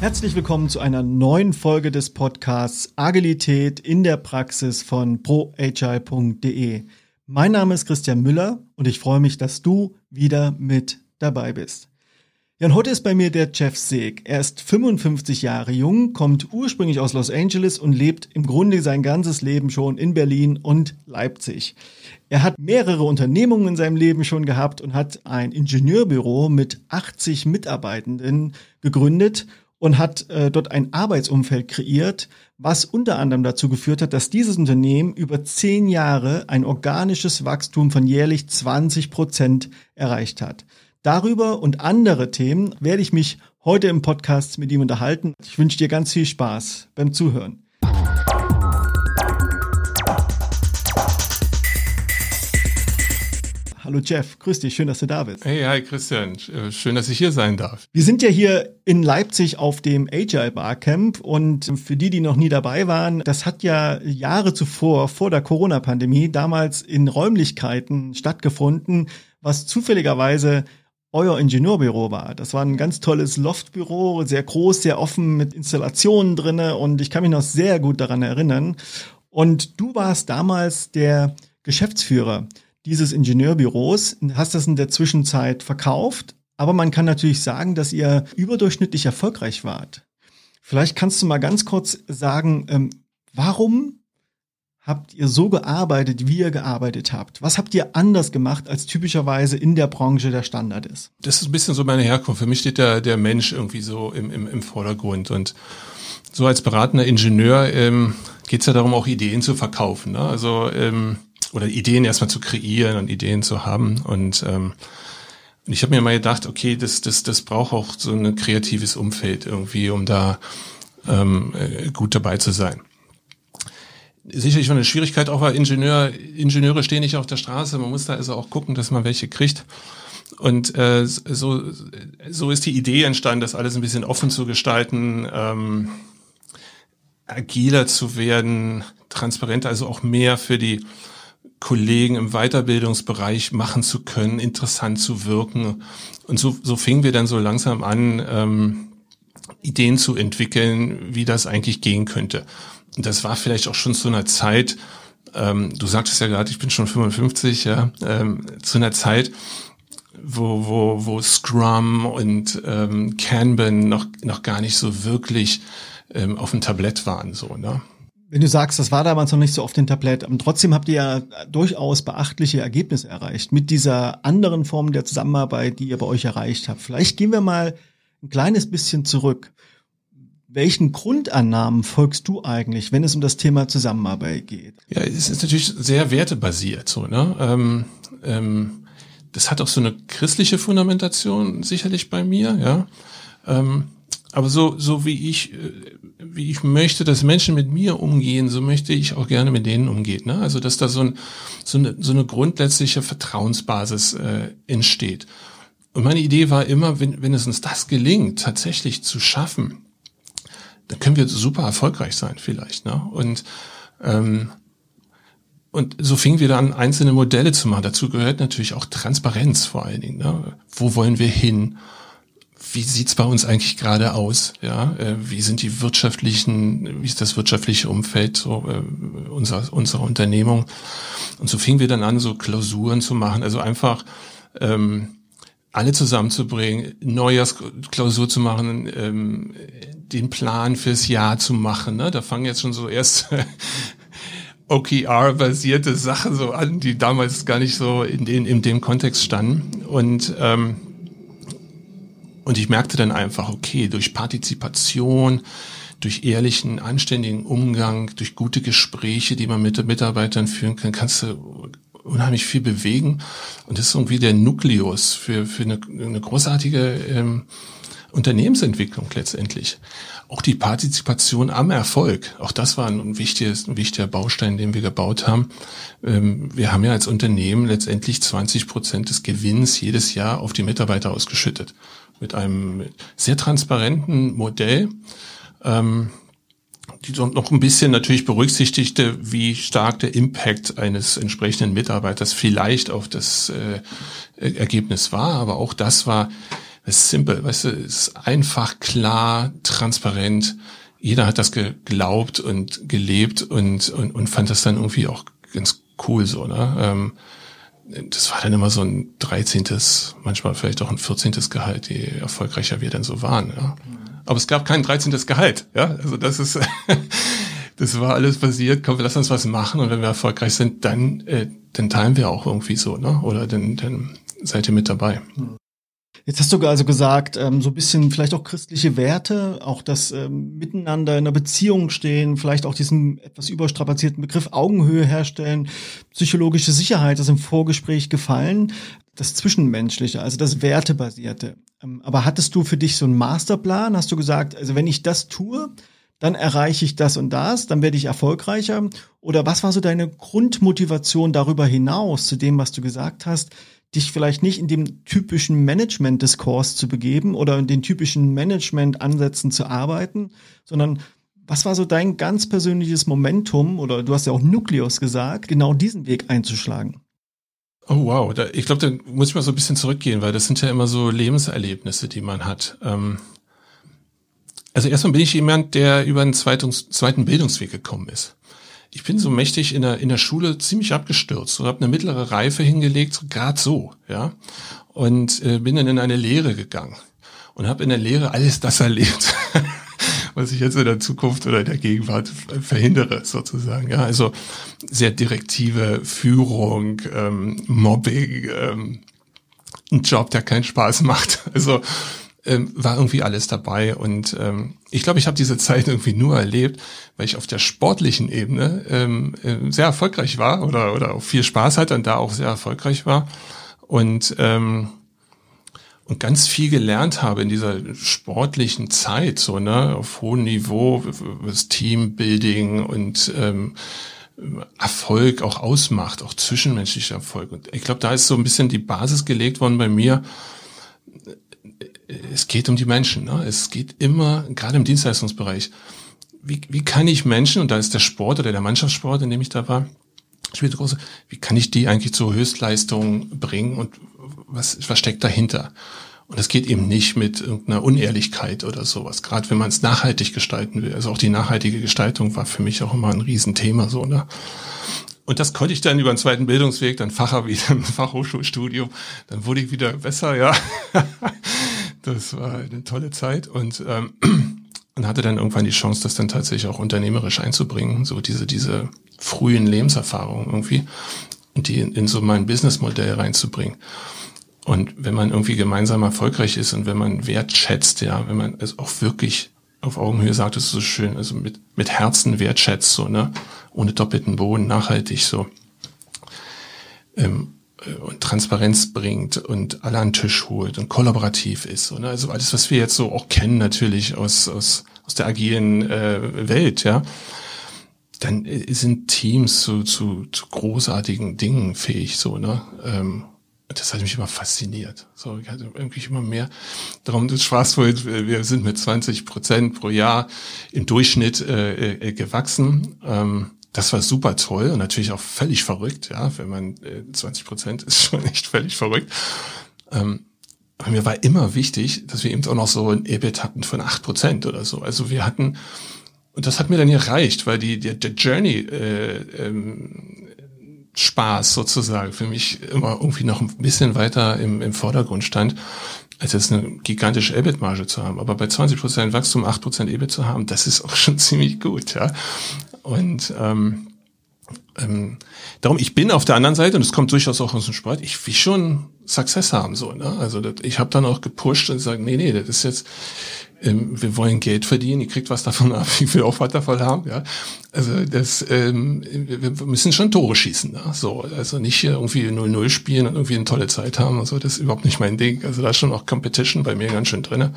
Herzlich willkommen zu einer neuen Folge des Podcasts Agilität in der Praxis von proagile.de. Mein Name ist Christian Müller und ich freue mich, dass du wieder mit dabei bist. Ja, und heute ist bei mir der Jeff Seeg. Er ist 55 Jahre jung, kommt ursprünglich aus Los Angeles und lebt im Grunde sein ganzes Leben schon in Berlin und Leipzig. Er hat mehrere Unternehmungen in seinem Leben schon gehabt und hat ein Ingenieurbüro mit 80 Mitarbeitenden gegründet und hat dort ein Arbeitsumfeld kreiert, was unter anderem dazu geführt hat, dass dieses Unternehmen über 10 Jahre ein organisches Wachstum von jährlich 20% erreicht hat. Darüber und andere Themen werde ich mich heute im Podcast mit ihm unterhalten. Ich wünsche dir ganz viel Spaß beim Zuhören. Hallo Jeff, grüß dich, schön, dass du da bist. Hey, hi Christian, schön, dass ich hier sein darf. Wir sind ja hier in Leipzig auf dem Agile Barcamp und für die noch nie dabei waren, das hat ja Jahre zuvor, vor der Corona-Pandemie, damals in Räumlichkeiten stattgefunden, was zufälligerweise euer Ingenieurbüro war. Das war ein ganz tolles Loftbüro, sehr groß, sehr offen mit Installationen drinne und ich kann mich noch sehr gut daran erinnern. Und du warst damals der Geschäftsführer dieses Ingenieurbüros, hast das in der Zwischenzeit verkauft, aber man kann natürlich sagen, dass ihr überdurchschnittlich erfolgreich wart. Vielleicht kannst du mal ganz kurz sagen, warum habt ihr so gearbeitet, wie ihr gearbeitet habt? Was habt ihr anders gemacht, als typischerweise in der Branche der Standard ist? Das ist ein bisschen so meine Herkunft. Für mich steht der Mensch irgendwie so im Vordergrund. Und so als beratender Ingenieur geht es ja darum, auch Ideen zu verkaufen. Ne? Also oder Ideen erstmal zu kreieren und Ideen zu haben. Und ich habe mir mal gedacht, okay, das braucht auch so ein kreatives Umfeld irgendwie, um da gut dabei zu sein. Sicherlich eine Schwierigkeit auch, weil Ingenieure stehen nicht auf der Straße. Man muss da also auch gucken, dass man welche kriegt. Und so ist die Idee entstanden, das alles ein bisschen offen zu gestalten, agiler zu werden, transparenter, also auch mehr für die Kollegen im Weiterbildungsbereich machen zu können, interessant zu wirken. Und so fingen wir dann so langsam an, Ideen zu entwickeln, wie das eigentlich gehen könnte. Und das war vielleicht auch schon zu einer Zeit, du sagtest ja gerade, ich bin schon 55, ja, zu einer Zeit, wo Scrum und Kanban noch gar nicht so wirklich auf dem Tablett waren, so, ne? Wenn du sagst, das war damals noch nicht so auf dem Tablett, aber trotzdem habt ihr ja durchaus beachtliche Ergebnisse erreicht mit dieser anderen Form der Zusammenarbeit, die ihr bei euch erreicht habt. Vielleicht gehen wir mal ein kleines bisschen zurück. Welchen Grundannahmen folgst du eigentlich, wenn es um das Thema Zusammenarbeit geht? Ja, es ist natürlich sehr wertebasiert, so, ne? Das hat auch so eine christliche Fundamentation sicherlich bei mir, ja. Aber so wie ich möchte, dass Menschen mit mir umgehen, so möchte ich auch gerne mit denen umgehen, ne? Also dass da so eine grundsätzliche Vertrauensbasis entsteht. Und meine Idee war immer, wenn es uns das gelingt, tatsächlich zu schaffen, dann können wir super erfolgreich sein vielleicht, ne? Und so fingen wir dann an, einzelne Modelle zu machen. Dazu gehört natürlich auch Transparenz vor allen Dingen, ne? Wo wollen wir hin? Wie sieht's bei uns eigentlich gerade aus? Ja, wie ist das wirtschaftliche Umfeld so unserer Unternehmung? Und so fingen wir dann an, so Klausuren zu machen, also einfach alle zusammenzubringen, Neujahrsklausur zu machen, den Plan fürs Jahr zu machen. Ne? Da fangen jetzt schon so erst OKR-basierte Sachen so an, die damals gar nicht so in dem Kontext standen. Und ich merkte dann einfach, okay, durch Partizipation, durch ehrlichen, anständigen Umgang, durch gute Gespräche, die man mit den Mitarbeitern führen kann, kannst du unheimlich viel bewegen. Und das ist irgendwie der Nukleus für eine großartige Unternehmensentwicklung letztendlich. Auch die Partizipation am Erfolg, auch das war ein wichtiger Baustein, den wir gebaut haben. Wir haben ja als Unternehmen letztendlich 20% des Gewinns jedes Jahr auf die Mitarbeiter ausgeschüttet. Mit einem sehr transparenten Modell, die noch ein bisschen natürlich berücksichtigte, wie stark der Impact eines entsprechenden Mitarbeiters vielleicht auf das Ergebnis war. Aber auch das war es ist simpel, weißt du, es ist einfach, klar, transparent. Jeder hat das geglaubt und gelebt und fand das dann irgendwie auch ganz cool so, ne? Das war dann immer so ein 13., manchmal vielleicht auch ein 14. Gehalt, je erfolgreicher wir dann so waren, ja. Aber es gab kein 13. Gehalt, ja. Also das ist, das war alles passiert. Komm, lass uns was machen und wenn wir erfolgreich sind, dann teilen wir auch irgendwie so, ne? Oder dann seid ihr mit dabei. Jetzt hast du also gesagt, so ein bisschen vielleicht auch christliche Werte, auch das Miteinander in einer Beziehung stehen, vielleicht auch diesen etwas überstrapazierten Begriff Augenhöhe herstellen, psychologische Sicherheit ist im Vorgespräch gefallen, das Zwischenmenschliche, also das Wertebasierte. Aber hattest du für dich so einen Masterplan? Hast du gesagt, also wenn ich das tue, dann erreiche ich das und das, dann werde ich erfolgreicher? Oder was war so deine Grundmotivation darüber hinaus zu dem, was du gesagt hast, dich vielleicht nicht in dem typischen Management-Diskurs zu begeben oder in den typischen Management-Ansätzen zu arbeiten, sondern was war so dein ganz persönliches Momentum, oder du hast ja auch Nukleus gesagt, genau diesen Weg einzuschlagen? Oh wow, ich glaube, da muss ich mal so ein bisschen zurückgehen, weil das sind ja immer so Lebenserlebnisse, die man hat. Also erstmal bin ich jemand, der über einen zweiten Bildungsweg gekommen ist. Ich bin so mächtig in der Schule ziemlich abgestürzt und habe eine mittlere Reife hingelegt, gerade so, ja. Und bin dann in eine Lehre gegangen und habe in der Lehre alles das erlebt, was ich jetzt in der Zukunft oder in der Gegenwart verhindere, sozusagen. Ja, also sehr direktive Führung, Mobbing, ein Job, der keinen Spaß macht. Also war irgendwie alles dabei und ich glaube, ich habe diese Zeit irgendwie nur erlebt, weil ich auf der sportlichen Ebene sehr erfolgreich war oder auch viel Spaß hatte und da auch sehr erfolgreich war und ganz viel gelernt habe in dieser sportlichen Zeit, so, ne, auf hohem Niveau, was Teambuilding und Erfolg auch ausmacht, auch zwischenmenschlicher Erfolg. Und ich glaube, da ist so ein bisschen die Basis gelegt worden bei mir. Es geht um die Menschen, ne? Es geht immer, gerade im Dienstleistungsbereich, wie kann ich Menschen, und da ist der Sport oder der Mannschaftssport, in dem ich da war, spielt eine große, wie kann ich die eigentlich zur Höchstleistung bringen und was steckt dahinter? Und es geht eben nicht mit irgendeiner Unehrlichkeit oder sowas, gerade wenn man es nachhaltig gestalten will. Also auch die nachhaltige Gestaltung war für mich auch immer ein Riesenthema, so, ne? Und das konnte ich dann über einen zweiten Bildungsweg, dann wieder ein Fachhochschulstudium, dann wurde ich wieder besser, ja. Das war eine tolle Zeit und hatte dann irgendwann die Chance, das dann tatsächlich auch unternehmerisch einzubringen, so diese frühen Lebenserfahrungen irgendwie und die in so mein Businessmodell reinzubringen. Und wenn man irgendwie gemeinsam erfolgreich ist und wenn man wertschätzt, ja, wenn man es auch wirklich auf Augenhöhe sagt, das ist so schön, also mit Herzen wertschätzt, so, ne, ohne doppelten Boden, nachhaltig so, und Transparenz bringt und alle an den Tisch holt und kollaborativ ist, so, ne, also alles, was wir jetzt so auch kennen natürlich aus der agilen Welt, ja, dann sind Teams zu großartigen Dingen fähig, so, ne, das hat mich immer fasziniert. So, ich hatte irgendwie immer mehr. Darum, das Spaß vorhin, wir sind mit 20% pro Jahr im Durchschnitt gewachsen. Das war super toll und natürlich auch völlig verrückt, ja, wenn man 20% ist schon echt völlig verrückt. Aber mir war immer wichtig, dass wir eben auch noch so ein EBIT hatten von 8% oder so. Also wir hatten, und das hat mir dann gereicht, weil der Journey Spaß sozusagen für mich immer irgendwie noch ein bisschen weiter im Vordergrund stand, als jetzt eine gigantische EBIT-Marge zu haben. Aber bei 20% Wachstum, 8% EBIT zu haben, das ist auch schon ziemlich gut, ja. Und darum, ich bin auf der anderen Seite, und es kommt durchaus auch aus dem Sport, ich will schon Success haben, so, ne? Also ich habe dann auch gepusht und gesagt, nee, das ist jetzt, wir wollen Geld verdienen, ihr kriegt was davon ab, ich will auch was davon haben, ja. Also wir müssen schon Tore schießen, ne? So, also nicht hier irgendwie 0-0 spielen und irgendwie eine tolle Zeit haben und so, das ist überhaupt nicht mein Ding. Also da ist schon auch Competition bei mir ganz schön drinne.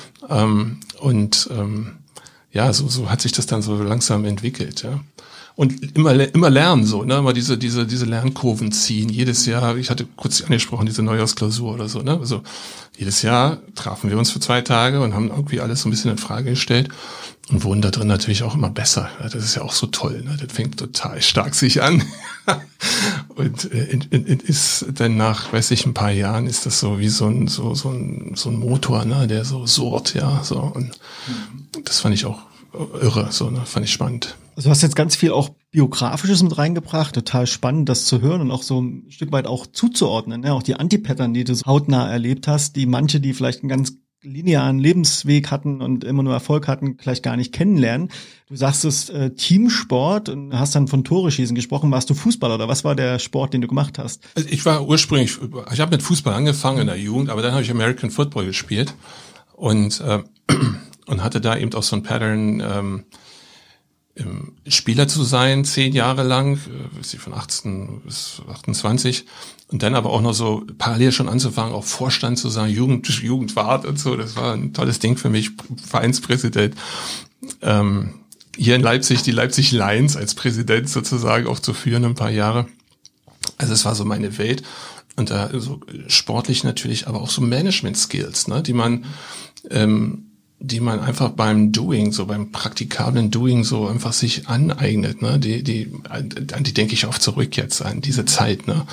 Ja, so hat sich das dann so langsam entwickelt, ja. Und immer lernen, so, ne, immer diese Lernkurven ziehen. Jedes Jahr, ich hatte kurz angesprochen, diese Neujahrsklausur oder so, ne, also jedes Jahr trafen wir uns für 2 Tage und haben irgendwie alles so ein bisschen in Frage gestellt und wurden da drin natürlich auch immer besser. Ja, das ist ja auch so toll, ne, das fängt total stark sich an. Und ist dann nach, weiß ich, ein paar Jahren ist das so wie so ein Motor, ne, der so surrt, ja, so. Und das fand ich auch irre, so, ne, fand ich spannend. Also du hast jetzt ganz viel auch Biografisches mit reingebracht, total spannend, das zu hören und auch so ein Stück weit auch zuzuordnen, ne? Auch die Antipattern, die du so hautnah erlebt hast, die manche, die vielleicht einen ganz linearen Lebensweg hatten und immer nur Erfolg hatten, vielleicht gar nicht kennenlernen. Du sagst es Teamsport und hast dann von Tore-Schießen gesprochen. Warst du Fußballer oder was war der Sport, den du gemacht hast? Also ich habe mit Fußball angefangen in der Jugend, aber dann habe ich American Football gespielt und hatte da eben auch so ein Pattern, Spieler zu sein, 10 Jahre lang, von 18 bis 28 und dann aber auch noch so parallel schon anzufangen, auch Vorstand zu sein, Jugendwart und so, das war ein tolles Ding für mich, Vereinspräsident. Hier in Leipzig, die Leipzig Lions als Präsident sozusagen auch zu führen, ein paar Jahre. Also es war so meine Welt und da so sportlich natürlich, aber auch so Management-Skills, ne, die man einfach beim Doing, so beim praktikablen Doing so einfach sich aneignet, ne? An die denke ich oft zurück jetzt, an diese Zeit, ne?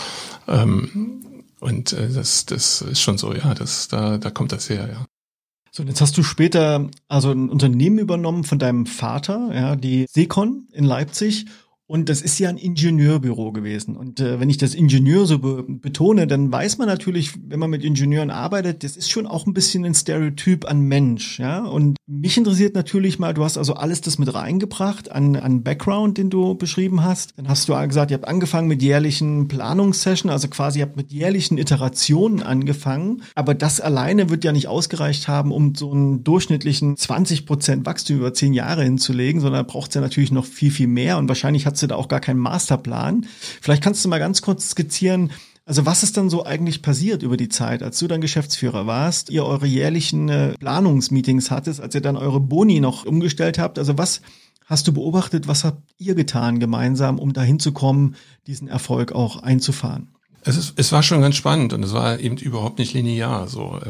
Das ist schon so, ja, da kommt das her, ja. So, und jetzt hast du später also ein Unternehmen übernommen von deinem Vater, ja, die Secon in Leipzig. Und das ist ja ein Ingenieurbüro gewesen. Und wenn ich das Ingenieur so betone, dann weiß man natürlich, wenn man mit Ingenieuren arbeitet, das ist schon auch ein bisschen ein Stereotyp an Mensch. Ja. Und mich interessiert natürlich mal, du hast also alles das mit reingebracht an Background, den du beschrieben hast. Dann hast du gesagt, ihr habt angefangen mit jährlichen Planungssessions, also quasi ihr habt mit jährlichen Iterationen angefangen. Aber das alleine wird ja nicht ausgereicht haben, um so einen durchschnittlichen 20% Wachstum über 10 Jahre hinzulegen, sondern braucht es ja natürlich noch viel, viel mehr. Und wahrscheinlich hat da auch gar keinen Masterplan. Vielleicht kannst du mal ganz kurz skizzieren, also was ist dann so eigentlich passiert über die Zeit, als du dann Geschäftsführer warst, ihr eure jährlichen Planungsmeetings hattet, als ihr dann eure Boni noch umgestellt habt. Also was hast du beobachtet, was habt ihr getan gemeinsam, um dahin zu kommen, diesen Erfolg auch einzufahren? Es war schon ganz spannend und es war eben überhaupt nicht linear. So,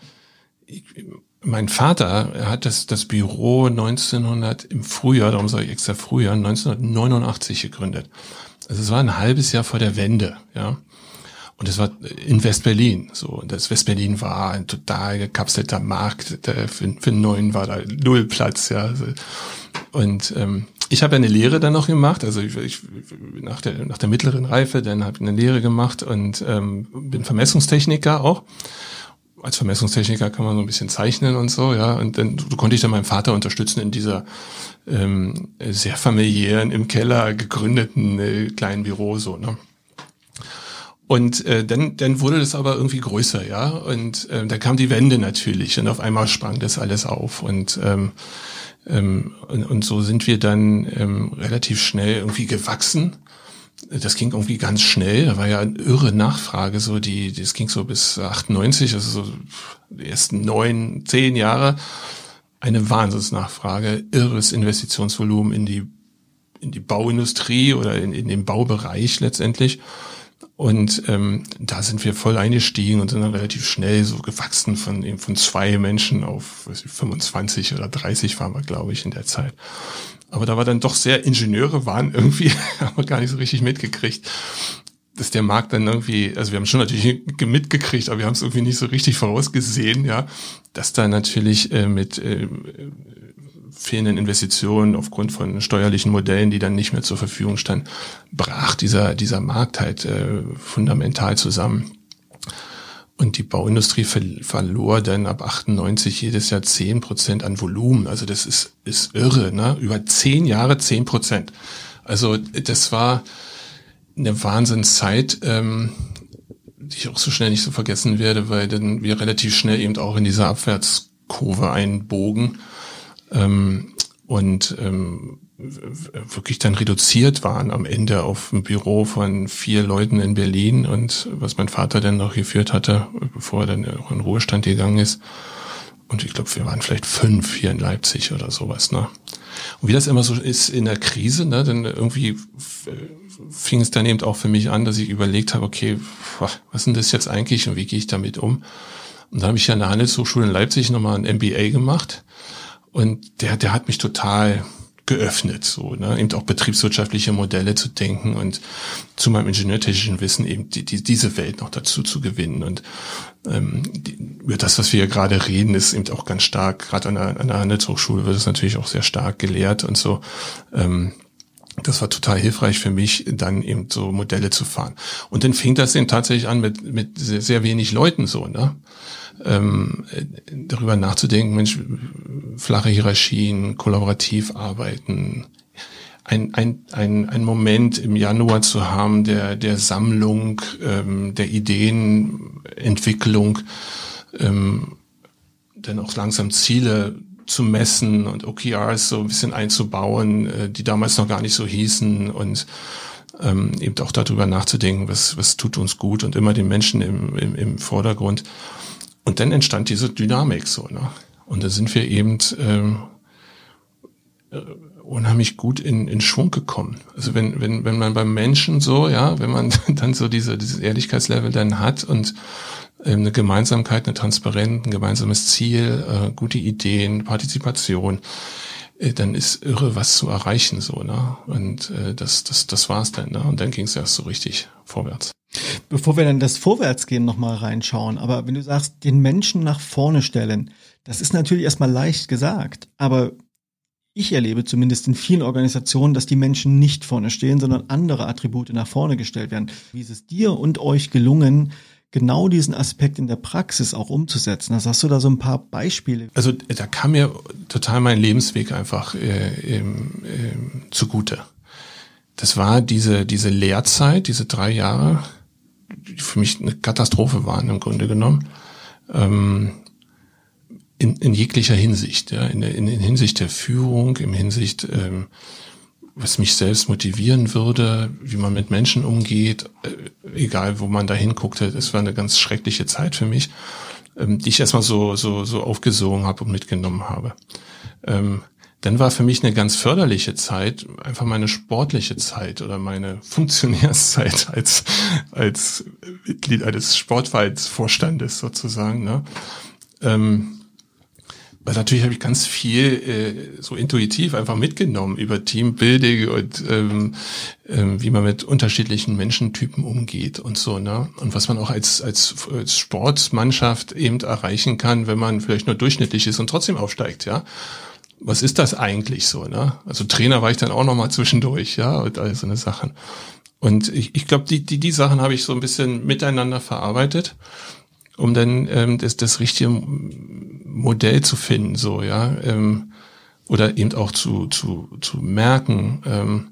mein Vater, er hat das Büro im Frühjahr, darum sage ich extra Frühjahr, 1989 gegründet. Also es war ein halbes Jahr vor der Wende, ja. Und es war in West-Berlin, so. Und das West-Berlin war ein total gekapselter Markt, für einen neuen war da null Platz, ja. Und ich habe eine Lehre dann noch gemacht, also ich nach der mittleren Reife, dann habe ich eine Lehre gemacht und bin Vermessungstechniker auch. Als Vermessungstechniker kann man so ein bisschen zeichnen und so, ja. Und dann konnte ich dann meinen Vater unterstützen in dieser sehr familiären, im Keller gegründeten kleinen Büro, so, ne. Und dann wurde das aber irgendwie größer, ja. Und dann kam die Wende natürlich und auf einmal sprang das alles auf und so sind wir dann relativ schnell irgendwie gewachsen. Das ging irgendwie ganz schnell, da war ja eine irre Nachfrage, so das ging so bis 98, also so die ersten 9, 10 Jahre, eine Wahnsinnsnachfrage, irres Investitionsvolumen in die Bauindustrie oder in den Baubereich letztendlich. Und da sind wir voll eingestiegen und sind dann relativ schnell so gewachsen von 2 Menschen auf 25 oder 30 waren wir, glaube ich, in der Zeit. Aber da war dann doch Ingenieure waren irgendwie, haben wir gar nicht so richtig mitgekriegt, dass der Markt dann irgendwie, also wir haben schon natürlich mitgekriegt, aber wir haben es irgendwie nicht so richtig vorausgesehen, ja, dass da natürlich mit fehlenden Investitionen aufgrund von steuerlichen Modellen, die dann nicht mehr zur Verfügung standen, brach dieser Markt halt fundamental zusammen. Und die Bauindustrie verlor dann ab 98 jedes Jahr 10% an Volumen. Also das ist irre, ne? Über 10 Jahre 10%. Also das war eine Wahnsinnszeit, die ich auch so schnell nicht so vergessen werde, weil dann wir relativ schnell eben auch in dieser Abwärtskurve einbogen. Wirklich dann reduziert waren am Ende auf ein Büro von 4 Leuten in Berlin und was mein Vater dann noch geführt hatte, bevor er dann auch in Ruhestand gegangen ist. Und ich glaube, wir waren vielleicht 5 hier in Leipzig oder sowas, ne? Und wie das immer so ist in der Krise, ne, dann irgendwie fing es dann eben auch für mich an, dass ich überlegt habe, okay, was ist denn das jetzt eigentlich und wie gehe ich damit um? Und da habe ich ja an der Handelshochschule in Leipzig nochmal ein MBA gemacht. Und der hat mich total geöffnet, so, ne, eben auch betriebswirtschaftliche Modelle zu denken und zu meinem ingenieurtechnischen Wissen eben diese Welt noch dazu zu gewinnen. Und über das, was wir hier gerade reden, ist eben auch ganz stark, gerade an der Handelshochschule wird es natürlich auch sehr stark gelehrt und so. Das war total hilfreich für mich, dann eben so Modelle zu fahren. Und dann fing das eben tatsächlich an mit sehr, sehr wenig Leuten so, ne? Darüber nachzudenken, Mensch, flache Hierarchien, kollaborativ arbeiten, ein Moment im Januar zu haben, der Sammlung, der Ideenentwicklung, dann auch langsam Ziele zu messen und OKRs so ein bisschen einzubauen, die damals noch gar nicht so hießen und eben auch darüber nachzudenken, was tut uns gut und immer den Menschen im Vordergrund. Und dann entstand diese Dynamik so, ne? Und da sind wir eben unheimlich gut in Schwung gekommen. Also wenn man beim Menschen so, ja, wenn man dann so dieses Ehrlichkeitslevel dann hat und eine Gemeinsamkeit, eine Transparenz, ein gemeinsames Ziel, gute Ideen, Partizipation, dann ist irre, was zu erreichen, so, ne? Und das war's dann, ne? Und dann ging es erst so richtig vorwärts. Bevor wir dann das Vorwärtsgehen nochmal reinschauen, aber wenn du sagst, den Menschen nach vorne stellen, das ist natürlich erstmal leicht gesagt, aber ich erlebe zumindest in vielen Organisationen, dass die Menschen nicht vorne stehen, sondern andere Attribute nach vorne gestellt werden. Wie ist es dir und euch gelungen, genau diesen Aspekt in der Praxis auch umzusetzen? Also hast du da so ein paar Beispiele? Also da kam mir total mein Lebensweg einfach zugute. Das war diese Lehrzeit, diese 3 Jahre, die für mich eine Katastrophe waren im Grunde genommen, in jeglicher Hinsicht, ja, in Hinsicht der Führung, in Hinsicht, was mich selbst motivieren würde, wie man mit Menschen umgeht, egal wo man da hinguckte. Es war eine ganz schreckliche Zeit für mich, die ich erstmal so aufgesogen habe und mitgenommen habe. Dann war für mich eine ganz förderliche Zeit einfach meine sportliche Zeit oder meine Funktionärszeit als Mitglied eines Sportvereinsvorstandes sozusagen, ne? Weil natürlich habe ich ganz viel so intuitiv einfach mitgenommen über Teambuilding und wie man mit unterschiedlichen Menschentypen umgeht und so, ne? Und was man auch als Sportmannschaft eben erreichen kann, wenn man vielleicht nur durchschnittlich ist und trotzdem aufsteigt, ja. Was ist das eigentlich so, ne? Also Trainer war ich dann auch noch mal zwischendurch, ja, und all so eine Sachen. Und ich glaube, die Sachen habe ich so ein bisschen miteinander verarbeitet, um dann das richtige Modell zu finden, so, ja, oder eben auch zu merken,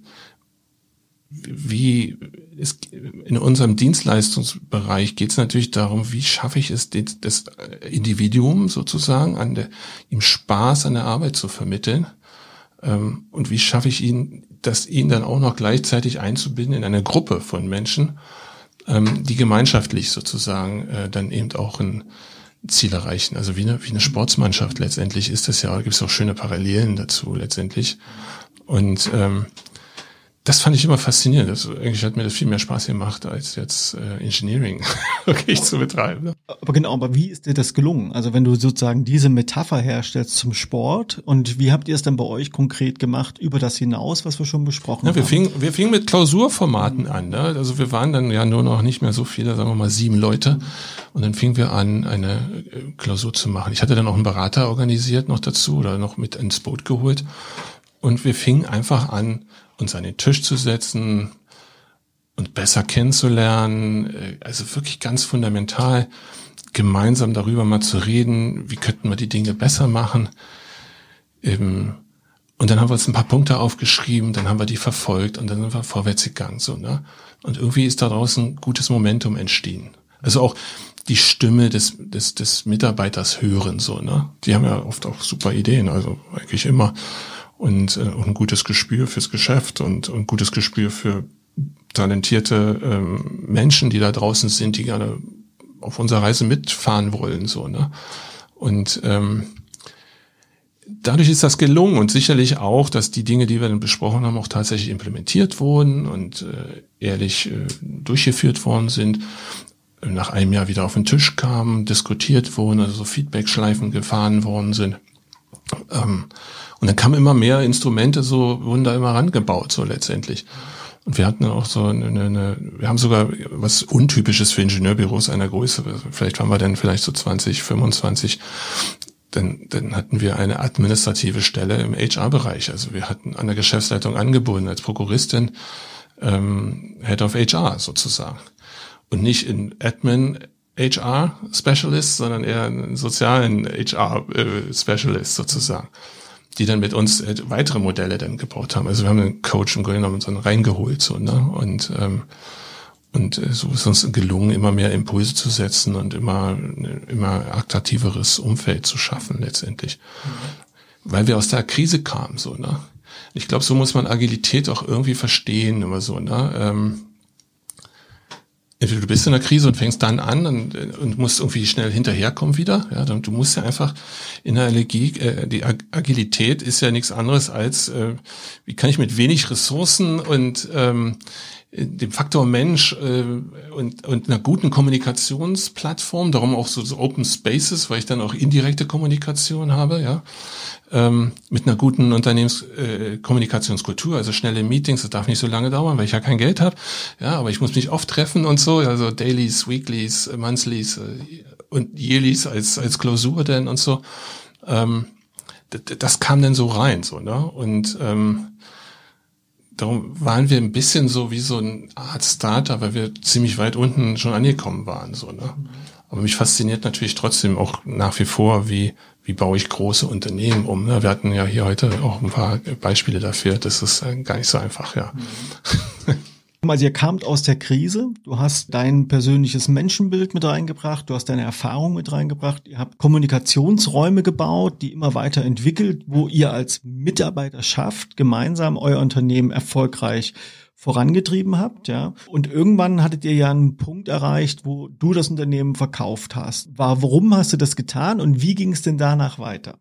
wie es in unserem Dienstleistungsbereich geht es natürlich darum, wie schaffe ich es, das Individuum sozusagen ihm Spaß an der Arbeit zu vermitteln, und wie schaffe ich ihn dann auch noch gleichzeitig einzubinden in eine Gruppe von Menschen, die gemeinschaftlich sozusagen dann eben auch ein Ziel erreichen. Also wie eine Sportsmannschaft letztendlich ist das ja, gibt es auch schöne Parallelen dazu letztendlich. Und das fand ich immer faszinierend. Eigentlich hat mir das viel mehr Spaß gemacht, als jetzt Engineering wirklich zu betreiben. Ne? Aber wie ist dir das gelungen? Also wenn du sozusagen diese Metapher herstellst zum Sport, und wie habt ihr es dann bei euch konkret gemacht über das hinaus, was wir schon besprochen haben? Wir fingen mit Klausurformaten an. Ne? Also wir waren dann ja nur noch nicht mehr so viele, sagen wir mal 7 Leute. Und dann fingen wir an, eine Klausur zu machen. Ich hatte dann auch einen Berater organisiert noch dazu oder noch mit ins Boot geholt. Und wir fingen einfach an, uns an den Tisch zu setzen und besser kennenzulernen, also wirklich ganz fundamental gemeinsam darüber mal zu reden, wie könnten wir die Dinge besser machen. Und dann haben wir uns ein paar Punkte aufgeschrieben, dann haben wir die verfolgt und dann sind wir vorwärts gegangen, so, ne? Und irgendwie ist daraus ein gutes Momentum entstehen. Also auch die Stimme des Mitarbeiters hören, so, ne? Die haben ja oft auch super Ideen, also eigentlich immer. Und ein gutes Gespür fürs Geschäft und ein gutes Gespür für talentierte Menschen, die da draußen sind, die gerne auf unserer Reise mitfahren wollen, so, ne? Und dadurch ist das gelungen und sicherlich auch, dass die Dinge, die wir dann besprochen haben, auch tatsächlich implementiert wurden und ehrlich durchgeführt worden sind. Nach einem Jahr wieder auf den Tisch kamen, diskutiert wurden, also so Feedback-Schleifen gefahren worden sind. Und dann kamen immer mehr Instrumente, so wurden da immer rangebaut, so letztendlich. Und wir hatten dann auch so wir haben sogar was Untypisches für Ingenieurbüros einer Größe. Vielleicht waren wir dann vielleicht so 20, 25. Dann hatten wir eine administrative Stelle im HR-Bereich. Also wir hatten an der Geschäftsleitung angebunden als Prokuristin, Head of HR sozusagen. Und nicht in Admin HR Specialist, sondern eher einen sozialen HR Specialist sozusagen, die dann mit uns weitere Modelle dann gebaut haben. Also wir haben einen Coach im Grunde genommen so reingeholt, so, ne? Und so ist uns gelungen, immer mehr Impulse zu setzen und immer attraktiveres Umfeld zu schaffen letztendlich. Weil wir aus der Krise kamen, so, ne? Ich glaube, so muss man Agilität auch irgendwie verstehen, immer so, ne? Entweder du bist in der Krise und fängst dann an und musst irgendwie schnell hinterherkommen wieder. Ja, du musst ja einfach in der die Agilität ist ja nichts anderes als, wie kann ich mit wenig Ressourcen und dem Faktor Mensch und einer guten Kommunikationsplattform, darum auch so Open Spaces, weil ich dann auch indirekte Kommunikation habe, ja, mit einer guten Unternehmenskommunikationskultur, also schnelle Meetings, das darf nicht so lange dauern, weil ich ja kein Geld habe, ja, aber ich muss mich oft treffen und so, also Dailies, Weeklies, Monthlies und Yearlies als Klausur denn und so, das kam dann so rein, so, ne, und darum waren wir ein bisschen so wie so eine Art Starter, weil wir ziemlich weit unten schon angekommen waren, so, ne. Aber mich fasziniert natürlich trotzdem auch nach wie vor, wie baue ich große Unternehmen um. Ne? Wir hatten ja hier heute auch ein paar Beispiele dafür. Das ist gar nicht so einfach, ja. Also ihr kamt aus der Krise, du hast dein persönliches Menschenbild mit reingebracht, du hast deine Erfahrung mit reingebracht, ihr habt Kommunikationsräume gebaut, die immer weiter entwickelt, wo ihr als Mitarbeiterschaft gemeinsam euer Unternehmen erfolgreich vorangetrieben habt, ja. Und irgendwann hattet ihr ja einen Punkt erreicht, wo du das Unternehmen verkauft hast. Warum hast du das getan und wie ging es denn danach weiter?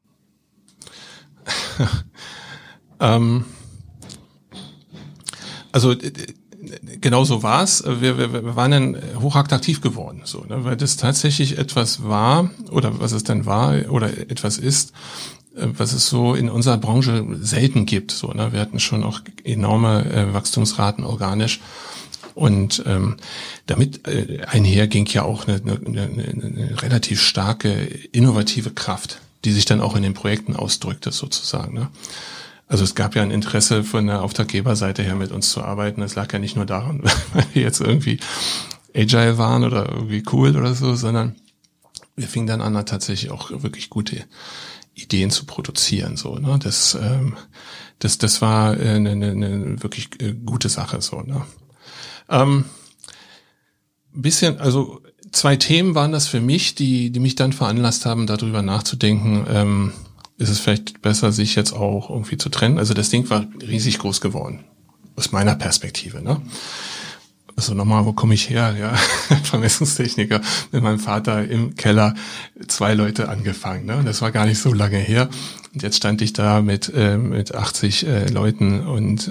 Also genau so war es. Wir waren dann hochattraktiv geworden, so, ne, weil das tatsächlich etwas war oder was es dann war oder etwas ist, was es so in unserer Branche selten gibt. So, ne? Wir hatten schon auch enorme Wachstumsraten organisch. Und damit einher ging ja auch eine relativ starke innovative Kraft, die sich dann auch in den Projekten ausdrückte sozusagen. Ne? Also es gab ja ein Interesse von der Auftraggeberseite her mit uns zu arbeiten. Es lag ja nicht nur daran, weil wir jetzt irgendwie agile waren oder irgendwie cool oder so, sondern wir fingen dann an, tatsächlich auch wirklich gute Ideen zu produzieren, so, ne, das war eine wirklich gute Sache, so, ne. Bisschen, also 2 Themen waren das für mich, die mich dann veranlasst haben, darüber nachzudenken, ist es vielleicht besser, sich jetzt auch irgendwie zu trennen. Also das Ding war riesig groß geworden, aus meiner Perspektive, ne. Also nochmal, wo komme ich her? Ja, Vermessungstechniker, mit meinem Vater im Keller 2 Leute angefangen. Ne? Das war gar nicht so lange her. Und jetzt stand ich da mit 80 Leuten und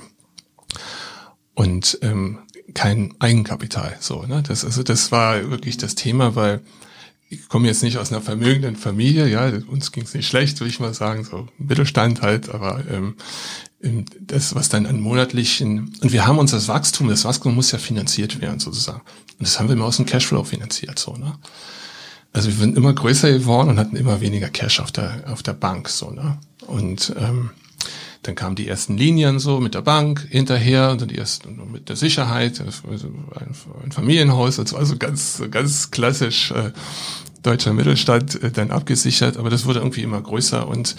kein Eigenkapital. So, ne? Das war wirklich das Thema, weil ich komme jetzt nicht aus einer vermögenden Familie. Ja, uns ging es nicht schlecht, würde ich mal sagen, so Mittelstand halt, aber das, was dann an monatlichen, und wir haben uns das Wachstum muss ja finanziert werden sozusagen. Und das haben wir immer aus dem Cashflow finanziert, so, ne? Also wir sind immer größer geworden und hatten immer weniger Cash auf der Bank, so, ne? Und dann kamen die ersten Linien so mit der Bank hinterher und dann die ersten mit der Sicherheit, also ein Familienhaus, das war so ganz klassisch deutscher Mittelstand dann abgesichert, aber das wurde irgendwie immer größer und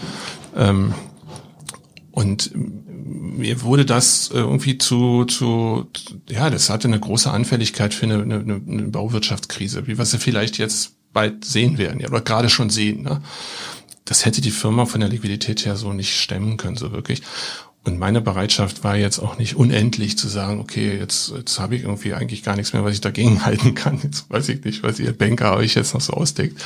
mir wurde das irgendwie ja, das hatte eine große Anfälligkeit für eine Bauwirtschaftskrise, wie wir sie vielleicht jetzt bald sehen werden, ja, oder gerade schon sehen, ne? Das hätte die Firma von der Liquidität her so nicht stemmen können, so wirklich. Und meine Bereitschaft war jetzt auch nicht unendlich zu sagen, okay, jetzt habe ich irgendwie eigentlich gar nichts mehr, was ich dagegen halten kann. Jetzt weiß ich nicht, was ihr Banker euch jetzt noch so ausdenkt.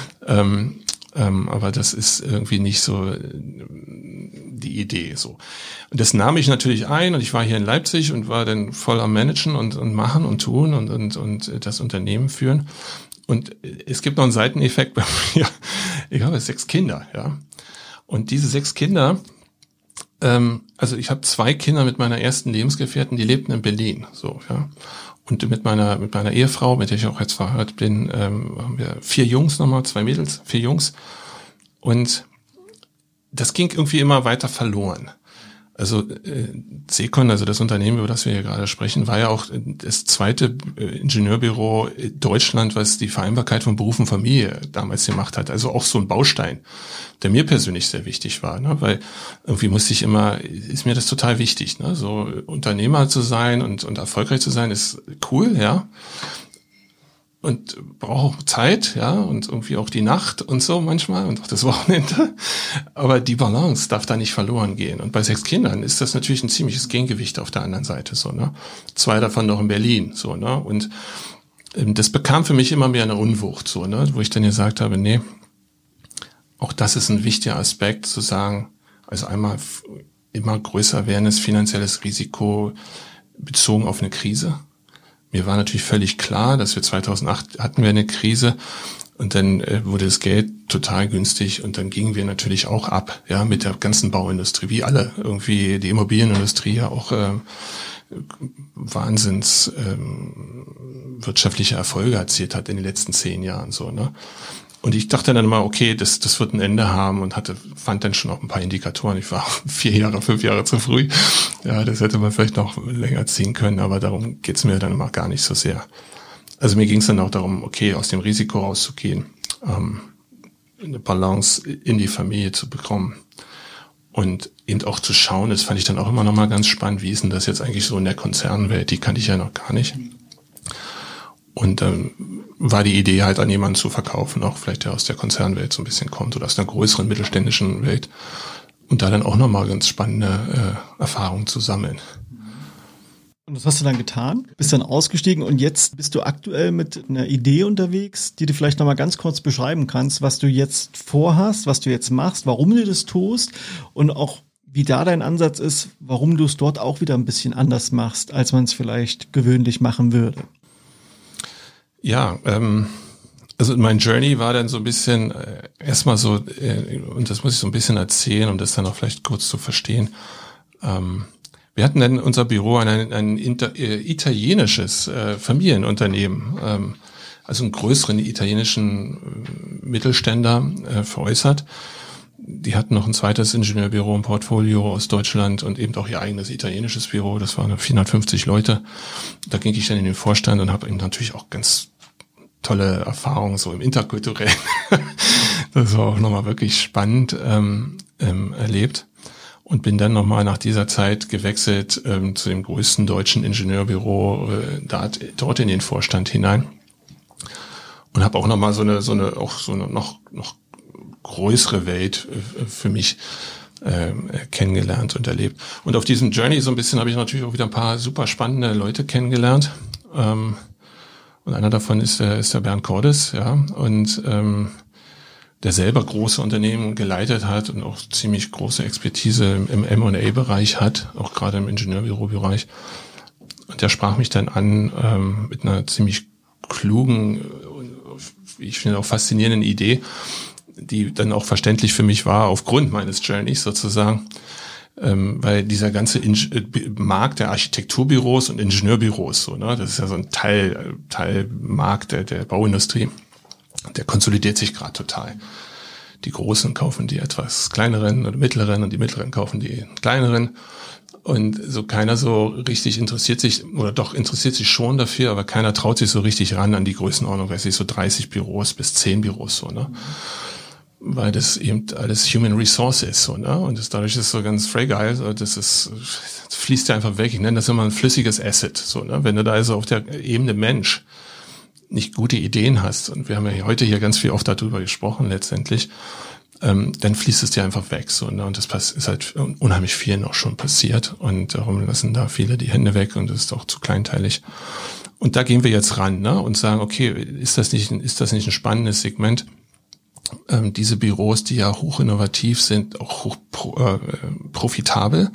Aber das ist irgendwie nicht so die Idee, so. Und das nahm ich natürlich ein und ich war hier in Leipzig und war dann voll am Managen und machen und tun und das Unternehmen führen. Und es gibt noch einen Seiteneffekt bei mir. Ich habe 6 Kinder, ja. Und diese 6 Kinder, also ich habe 2 Kinder mit meiner ersten Lebensgefährtin, die lebten in Berlin, so, ja. Und mit meiner Ehefrau, mit der ich auch jetzt verheiratet bin, haben wir 4 Jungs nochmal, 2 Mädels, 4 Jungs. Und das ging irgendwie immer weiter verloren. Also Cecon, also das Unternehmen, über das wir hier gerade sprechen, war ja auch das zweite Ingenieurbüro Deutschland, was die Vereinbarkeit von Beruf und Familie damals gemacht hat. Also auch so ein Baustein, der mir persönlich sehr wichtig war, ne? Weil irgendwie ist mir das total wichtig, ne? So Unternehmer zu sein und erfolgreich zu sein ist cool, ja. Und braucht auch Zeit, ja, und irgendwie auch die Nacht und so manchmal und auch das Wochenende. Aber die Balance darf da nicht verloren gehen. Und bei 6 Kindern ist das natürlich ein ziemliches Gegengewicht auf der anderen Seite, so, ne. 2 davon noch in Berlin, so, ne. Und das bekam für mich immer mehr eine Unwucht, so, ne, wo ich dann gesagt habe, nee, auch das ist ein wichtiger Aspekt, zu sagen, also einmal immer größer werdendes finanzielles Risiko bezogen auf eine Krise. Mir war natürlich völlig klar, dass wir 2008 hatten wir eine Krise und dann wurde das Geld total günstig und dann gingen wir natürlich auch ab, ja, mit der ganzen Bauindustrie, wie alle irgendwie die Immobilienindustrie ja auch Wahnsinns wirtschaftliche Erfolge erzielt hat in den letzten 10 Jahren, so, ne. Und ich dachte dann mal, okay, das wird ein Ende haben und fand dann schon auch ein paar Indikatoren. Ich war 5 Jahre zu früh. Ja, das hätte man vielleicht noch länger ziehen können, aber darum geht's mir dann mal gar nicht so sehr. Also mir ging es dann auch darum, okay, aus dem Risiko rauszugehen, eine Balance in die Familie zu bekommen und eben auch zu schauen, das fand ich dann auch immer noch mal ganz spannend, wie ist denn das jetzt eigentlich so in der Konzernwelt, die kannte ich ja noch gar nicht. Und dann war die Idee halt an jemanden zu verkaufen, auch vielleicht der aus der Konzernwelt so ein bisschen kommt oder aus einer größeren mittelständischen Welt und da dann auch nochmal ganz spannende Erfahrungen zu sammeln. Und das hast du dann getan? Bist dann ausgestiegen und jetzt bist du aktuell mit einer Idee unterwegs, die du vielleicht nochmal ganz kurz beschreiben kannst, was du jetzt vorhast, was du jetzt machst, warum du das tust und auch wie da dein Ansatz ist, warum du es dort auch wieder ein bisschen anders machst, als man es vielleicht gewöhnlich machen würde. Ja, also mein Journey war dann so ein bisschen erstmal so, und das muss ich so ein bisschen erzählen, um das dann auch vielleicht kurz zu verstehen. Wir hatten dann unser Büro an ein italienisches Familienunternehmen, also einen größeren italienischen Mittelständler veräußert. Die hatten noch ein zweites Ingenieurbüro im Portfolio aus Deutschland und eben auch ihr eigenes italienisches Büro. Das waren 450 Leute. Da ging ich dann in den Vorstand und habe eben natürlich auch ganz tolle Erfahrungen so im Interkulturellen. Das war auch nochmal wirklich spannend erlebt. Und bin dann nochmal nach dieser Zeit gewechselt zu dem größten deutschen Ingenieurbüro dort in den Vorstand hinein. Und habe auch nochmal so eine noch größere Welt für mich kennengelernt und erlebt. Und auf diesem Journey so ein bisschen habe ich natürlich auch wieder ein paar super spannende Leute kennengelernt. Und einer davon ist der Bernd Cordes, ja, und der selber große Unternehmen geleitet hat und auch ziemlich große Expertise im M&A-Bereich hat, auch gerade im Ingenieurbüro-Bereich. Und der sprach mich dann an mit einer ziemlich klugen, ich finde auch faszinierenden Idee, die dann auch verständlich für mich war, aufgrund meines Journeys sozusagen, weil dieser ganze Markt der Architekturbüros und Ingenieurbüros, so, ne, das ist ja so ein Teilmarkt der Bauindustrie, der konsolidiert sich gerade total. Die Großen kaufen die etwas kleineren oder mittleren und die mittleren kaufen die kleineren. Und so keiner so richtig interessiert sich schon dafür, aber keiner traut sich so richtig ran an die Größenordnung, weiß ich, so 30 Büros bis 10 Büros, so, ne? Weil das eben alles Human Resource ist, so, ne? Und dadurch ist es so ganz fragile, so, das fließt ja einfach weg. Ich nenne das immer ein flüssiges Asset, so, ne? Wenn du da also auf der Ebene Mensch nicht gute Ideen hast, und wir haben ja heute hier ganz viel oft darüber gesprochen letztendlich, dann fließt es dir einfach weg, so, ne? Und das ist halt unheimlich vielen auch schon passiert und darum lassen da viele die Hände weg und das ist auch zu kleinteilig. Und da gehen wir jetzt ran, ne? Und sagen, okay, ist das nicht ein spannendes Segment? Diese Büros, die ja hoch innovativ sind, auch hoch profitabel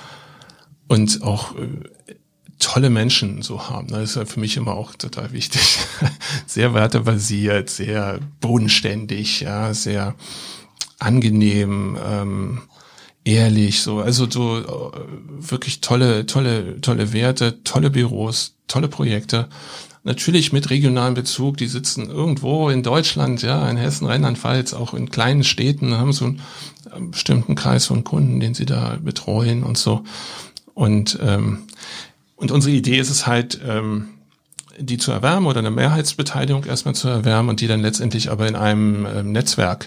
und auch tolle Menschen so haben. Das ist ja für mich immer auch total wichtig. Sehr wertebasiert, sehr bodenständig, ja, sehr angenehm, ehrlich, so, also so wirklich tolle Werte, tolle Büros, tolle Projekte. Natürlich mit regionalem Bezug, die sitzen irgendwo in Deutschland, ja, in Hessen, Rheinland-Pfalz, auch in kleinen Städten, haben so einen bestimmten Kreis von Kunden, den sie da betreuen und so. Und unsere Idee ist es halt, die zu erwärmen oder eine Mehrheitsbeteiligung erstmal zu erwärmen und die dann letztendlich aber in einem Netzwerk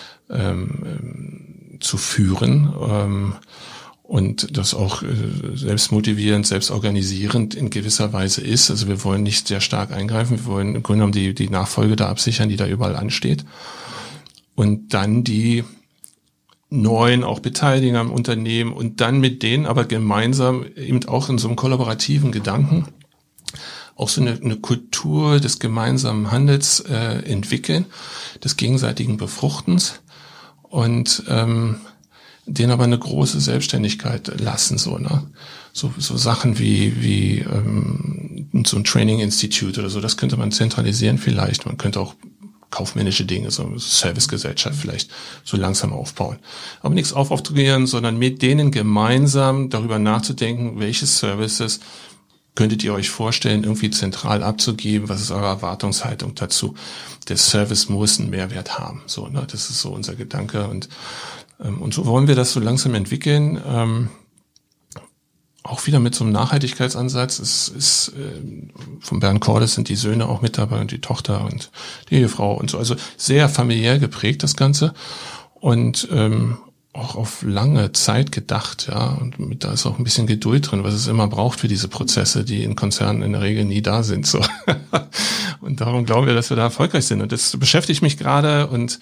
zu führen und das auch selbstmotivierend, selbstorganisierend in gewisser Weise ist. Also wir wollen nicht sehr stark eingreifen, wir wollen im Grunde genommen die Nachfolge da absichern, die da überall ansteht. Und dann die Neuen auch beteiligen am Unternehmen und dann mit denen aber gemeinsam eben auch in so einem kollaborativen Gedanken auch so eine Kultur des gemeinsamen Handels entwickeln, des gegenseitigen Befruchtens und denen aber eine große Selbstständigkeit lassen, so, ne? So Sachen wie so ein Training Institute oder so, das könnte man zentralisieren vielleicht. Man könnte auch kaufmännische Dinge, so eine Servicegesellschaft vielleicht so langsam aufbauen. Aber nichts aufoktroyieren, sondern mit denen gemeinsam darüber nachzudenken, welche Services könntet ihr euch vorstellen, irgendwie zentral abzugeben? Was ist eure Erwartungshaltung dazu? Der Service muss einen Mehrwert haben. So, ne? Das ist so unser Gedanke. Und so wollen wir das so langsam entwickeln. Auch wieder mit so einem Nachhaltigkeitsansatz. Es ist von Bernd Cordes sind die Söhne auch mit dabei und die Tochter und die Ehefrau und so. Also sehr familiär geprägt, das Ganze. Und auch auf lange Zeit gedacht, ja, und da ist auch ein bisschen Geduld drin, was es immer braucht für diese Prozesse, die in Konzernen in der Regel nie da sind, so. Und darum glauben wir, dass wir da erfolgreich sind. Und das beschäftigt mich gerade und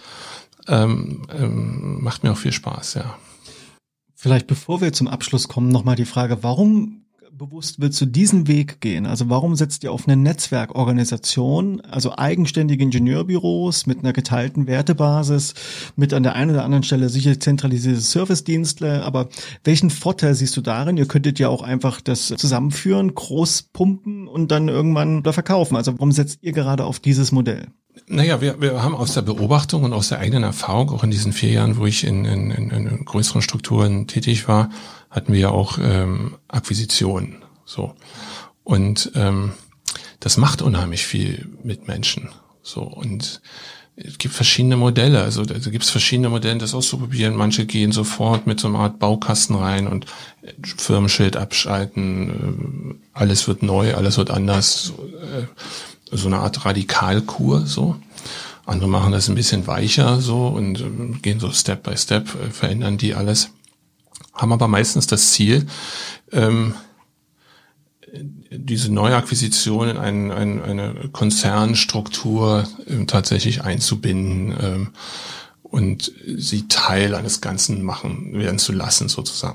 macht mir auch viel Spaß, ja. Vielleicht bevor wir zum Abschluss kommen, nochmal die Frage, warum bewusst willst du diesen Weg gehen? Also warum setzt ihr auf eine Netzwerkorganisation, also eigenständige Ingenieurbüros mit einer geteilten Wertebasis, mit an der einen oder anderen Stelle sicher zentralisierte Servicedienste, aber welchen Vorteil siehst du darin? Ihr könntet ja auch einfach das zusammenführen, groß pumpen und dann irgendwann da verkaufen. Also warum setzt ihr gerade auf dieses Modell? Naja, wir haben aus der Beobachtung und aus der eigenen Erfahrung, auch in diesen 4 Jahren, wo ich in größeren Strukturen tätig war, hatten wir ja auch Akquisitionen. So. Und das macht unheimlich viel mit Menschen. So. Und es gibt verschiedene Modelle. Also da gibt es verschiedene Modelle, das auszuprobieren. Manche gehen sofort mit so einer Art Baukasten rein und Firmenschild abschalten. Alles wird neu, alles wird anders. So eine Art Radikalkur, so. Andere machen das ein bisschen weicher, so, und gehen so Step by Step, verändern die alles. Haben aber meistens das Ziel, diese Neuakquisition in eine Konzernstruktur tatsächlich einzubinden, und sie Teil eines Ganzen werden zu lassen, sozusagen.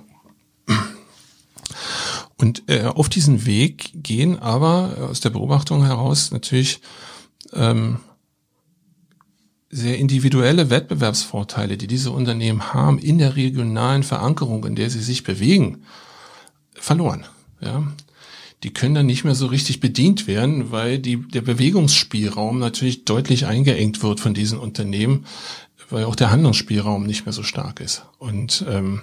Und auf diesen Weg gehen aber aus der Beobachtung heraus natürlich sehr individuelle Wettbewerbsvorteile, die diese Unternehmen haben in der regionalen Verankerung, in der sie sich bewegen, verloren. Ja, die können dann nicht mehr so richtig bedient werden, weil der Bewegungsspielraum natürlich deutlich eingeengt wird von diesen Unternehmen, weil auch der Handlungsspielraum nicht mehr so stark ist. Und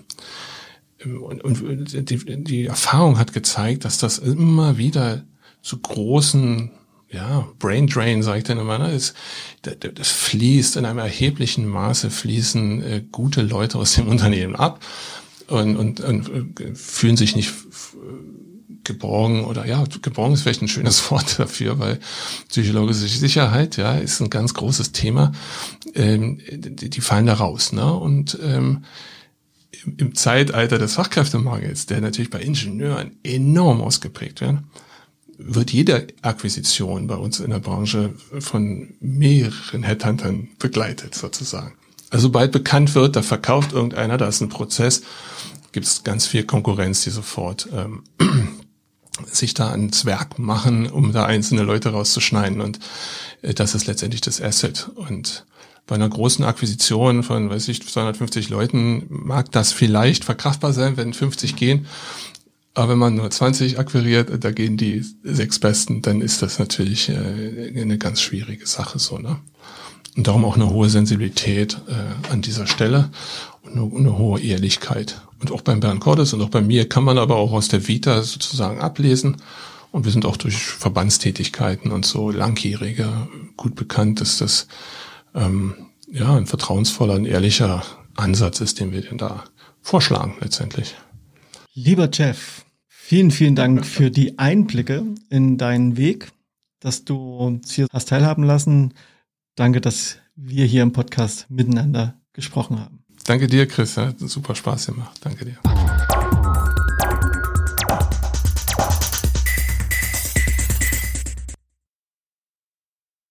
die Erfahrung hat gezeigt, dass das immer wieder zu großen, ja, Brain Drain, sage ich dann immer, ne? Das fließt in einem erheblichen Maße, fließen gute Leute aus dem Unternehmen ab und fühlen sich nicht geborgen oder, ja, geborgen ist vielleicht ein schönes Wort dafür, weil psychologische Sicherheit, ja, ist ein ganz großes Thema. Die fallen da raus, ne? Und im Zeitalter des Fachkräftemangels, der natürlich bei Ingenieuren enorm ausgeprägt wird jede Akquisition bei uns in der Branche von mehreren Headhuntern begleitet, sozusagen. Also sobald bekannt wird, da verkauft irgendeiner, da ist ein Prozess, gibt es ganz viel Konkurrenz, die sofort sich da ans Werk machen, um da einzelne Leute rauszuschneiden, und das ist letztendlich das Asset. Und bei einer großen Akquisition von, 250 Leuten mag das vielleicht verkraftbar sein, wenn 50 gehen. Aber wenn man nur 20 akquiriert, da gehen die 6 Besten, dann ist das natürlich eine ganz schwierige Sache, so, ne? Und darum auch eine hohe Sensibilität an dieser Stelle und eine hohe Ehrlichkeit. Und auch beim Bernd Cordes und auch bei mir kann man aber auch aus der Vita sozusagen ablesen. Und wir sind auch durch Verbandstätigkeiten und so langjährige gut bekannt, dass das ein vertrauensvoller, ein ehrlicher Ansatz ist, den wir denn da vorschlagen letztendlich. Lieber Jeff, vielen, vielen Dank für die Einblicke in deinen Weg, dass du uns hier hast teilhaben lassen. Danke, dass wir hier im Podcast miteinander gesprochen haben. Danke dir, Chris. Hat super Spaß gemacht. Danke dir.